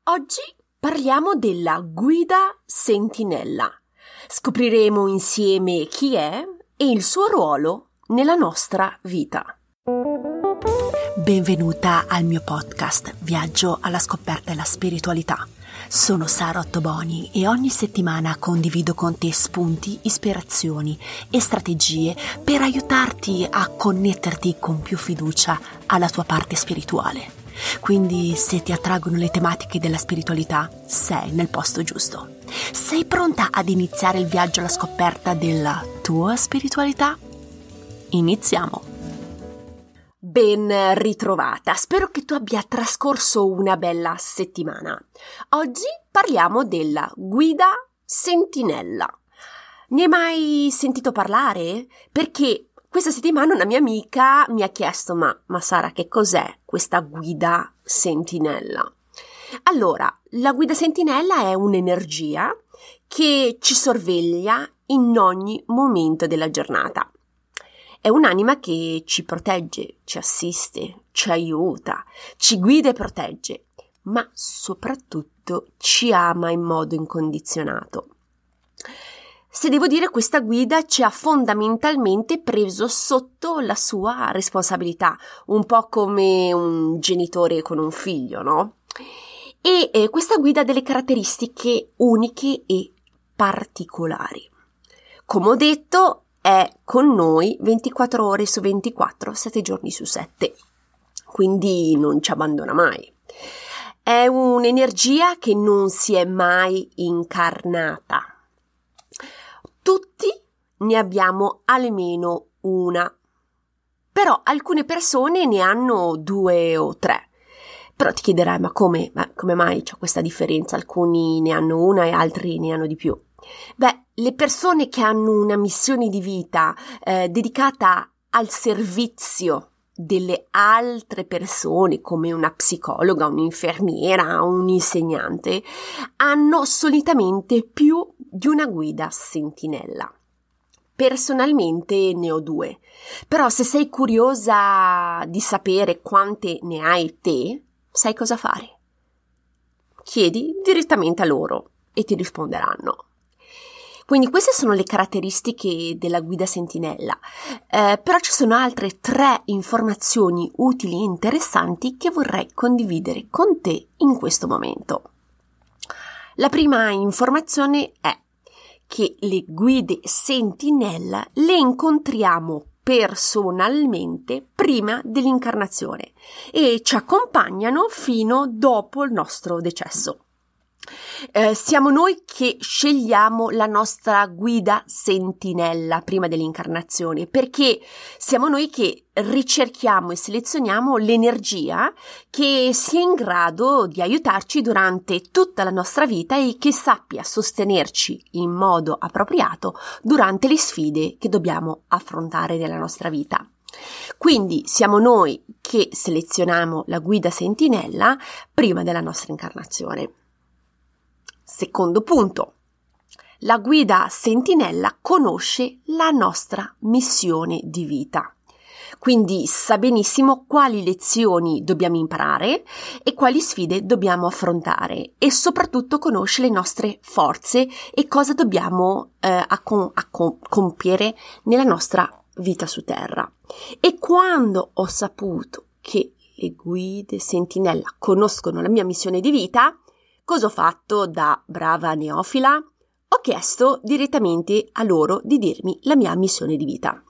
Oggi parliamo della guida sentinella. Scopriremo insieme chi è e il suo ruolo nella nostra vita. Benvenuta al mio podcast Viaggio alla scoperta della spiritualità. Sono Sara Ottoboni e ogni settimana condivido con te spunti, ispirazioni e strategie per aiutarti a connetterti con più fiducia alla tua parte spirituale. Quindi, se ti attraggono le tematiche della spiritualità, sei nel posto giusto. Sei pronta ad iniziare il viaggio alla scoperta della tua spiritualità? Iniziamo! Ben ritrovata, spero che tu abbia trascorso una bella settimana. Oggi parliamo della guida sentinella. Ne hai mai sentito parlare? Perché questa settimana una mia amica mi ha chiesto, ma Sara, che cos'è questa guida sentinella? Allora, la guida sentinella è un'energia che ci sorveglia in ogni momento della giornata. È un'anima che ci protegge, ci assiste, ci aiuta, ci guida e protegge, ma soprattutto ci ama in modo incondizionato. Se devo dire, questa guida ci ha fondamentalmente preso sotto la sua responsabilità, un po' come un genitore con un figlio, no? E questa guida ha delle caratteristiche uniche e particolari. Come ho detto, è con noi 24 ore su 24, 7 giorni su 7, quindi non ci abbandona mai. È un'energia che non si è mai incarnata. Tutti ne abbiamo almeno una, però alcune persone ne hanno 2 o 3. Però ti chiederai, ma come mai c'è questa differenza? Alcuni ne hanno una e altri ne hanno di più. Beh, le persone che hanno una missione di vita dedicata al servizio delle altre persone, come una psicologa, un'infermiera, un insegnante, hanno solitamente più di una guida sentinella. Personalmente ne ho 2, però se sei curiosa di sapere quante ne hai te, sai cosa fare? Chiedi direttamente a loro e ti risponderanno. Quindi queste sono le caratteristiche della guida sentinella, però ci sono altre 3 informazioni utili e interessanti che vorrei condividere con te in questo momento. La prima informazione è che le guide sentinella le incontriamo personalmente prima dell'incarnazione e ci accompagnano fino dopo il nostro decesso. Siamo noi che scegliamo la nostra guida sentinella prima dell'incarnazione, perché siamo noi che ricerchiamo e selezioniamo l'energia che sia in grado di aiutarci durante tutta la nostra vita e che sappia sostenerci in modo appropriato durante le sfide che dobbiamo affrontare nella nostra vita. Quindi siamo noi che selezioniamo la guida sentinella prima della nostra incarnazione. Secondo punto, la guida sentinella conosce la nostra missione di vita, quindi sa benissimo quali lezioni dobbiamo imparare e quali sfide dobbiamo affrontare e soprattutto conosce le nostre forze e cosa dobbiamo compiere nella nostra vita su terra. E quando ho saputo che le guide sentinella conoscono la mia missione di vita, cosa ho fatto da brava neofila? Ho chiesto direttamente a loro di dirmi la mia missione di vita.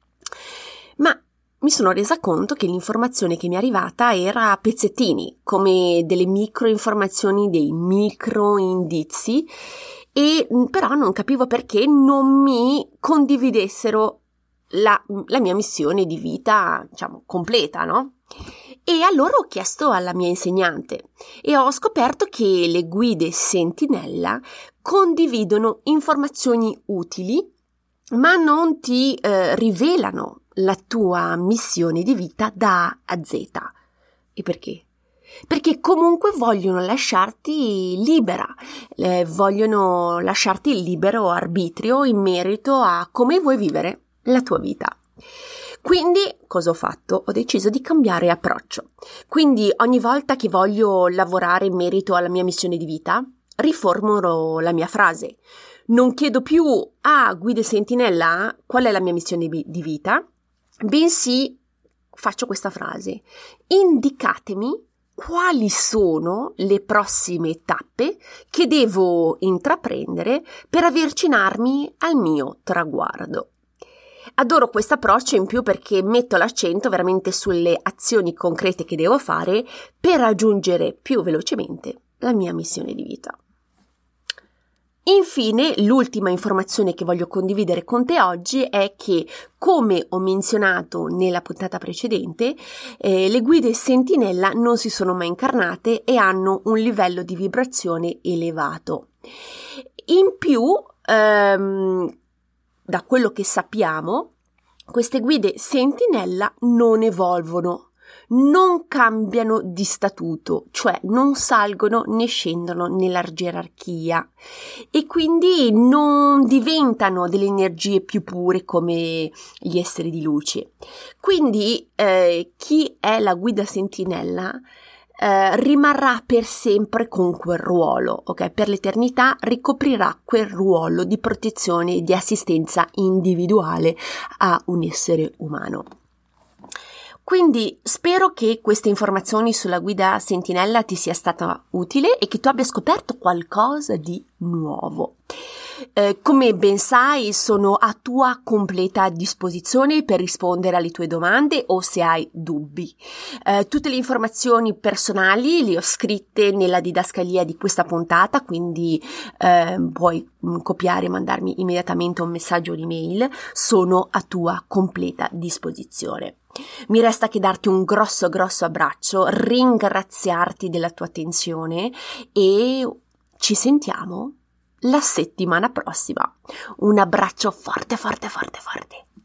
Ma mi sono resa conto che l'informazione che mi è arrivata era a pezzettini, come delle micro informazioni, dei micro indizi, e però non capivo perché non mi condividessero la mia missione di vita, diciamo, completa, no? E allora ho chiesto alla mia insegnante e ho scoperto che le guide sentinella condividono informazioni utili, ma non ti rivelano la tua missione di vita da A a Z. E perché? Perché comunque vogliono lasciarti libera, vogliono lasciarti il libero arbitrio in merito a come vuoi vivere la tua vita. Quindi cosa ho fatto? Ho deciso di cambiare approccio. Quindi ogni volta che voglio lavorare in merito alla mia missione di vita, riformulo la mia frase. Non chiedo più a Guida Sentinella qual è la mia missione di vita, bensì faccio questa frase: indicatemi quali sono le prossime tappe che devo intraprendere per avvicinarmi al mio traguardo. Adoro questo approccio in più perché metto l'accento veramente sulle azioni concrete che devo fare per raggiungere più velocemente la mia missione di vita. Infine, l'ultima informazione che voglio condividere con te oggi è che, come ho menzionato nella puntata precedente, le guide sentinella non si sono mai incarnate e hanno un livello di vibrazione elevato. In più, da quello che sappiamo, queste guide sentinella non evolvono, non cambiano di statuto, cioè non salgono né scendono nella gerarchia e quindi non diventano delle energie più pure come gli esseri di luce. Quindi chi è la guida sentinella rimarrà per sempre con quel ruolo, ok? Per l'eternità ricoprirà quel ruolo di protezione e di assistenza individuale a un essere umano. Quindi spero che queste informazioni sulla guida sentinella ti sia stata utile e che tu abbia scoperto qualcosa di nuovo. Come ben sai, sono a tua completa disposizione per rispondere alle tue domande o se hai dubbi. Tutte le informazioni personali le ho scritte nella didascalia di questa puntata, quindi puoi copiare e mandarmi immediatamente un messaggio o un'email. Sono a tua completa disposizione. Mi resta che darti un grosso abbraccio, ringraziarti della tua attenzione e ci sentiamo la settimana prossima. Un abbraccio forte.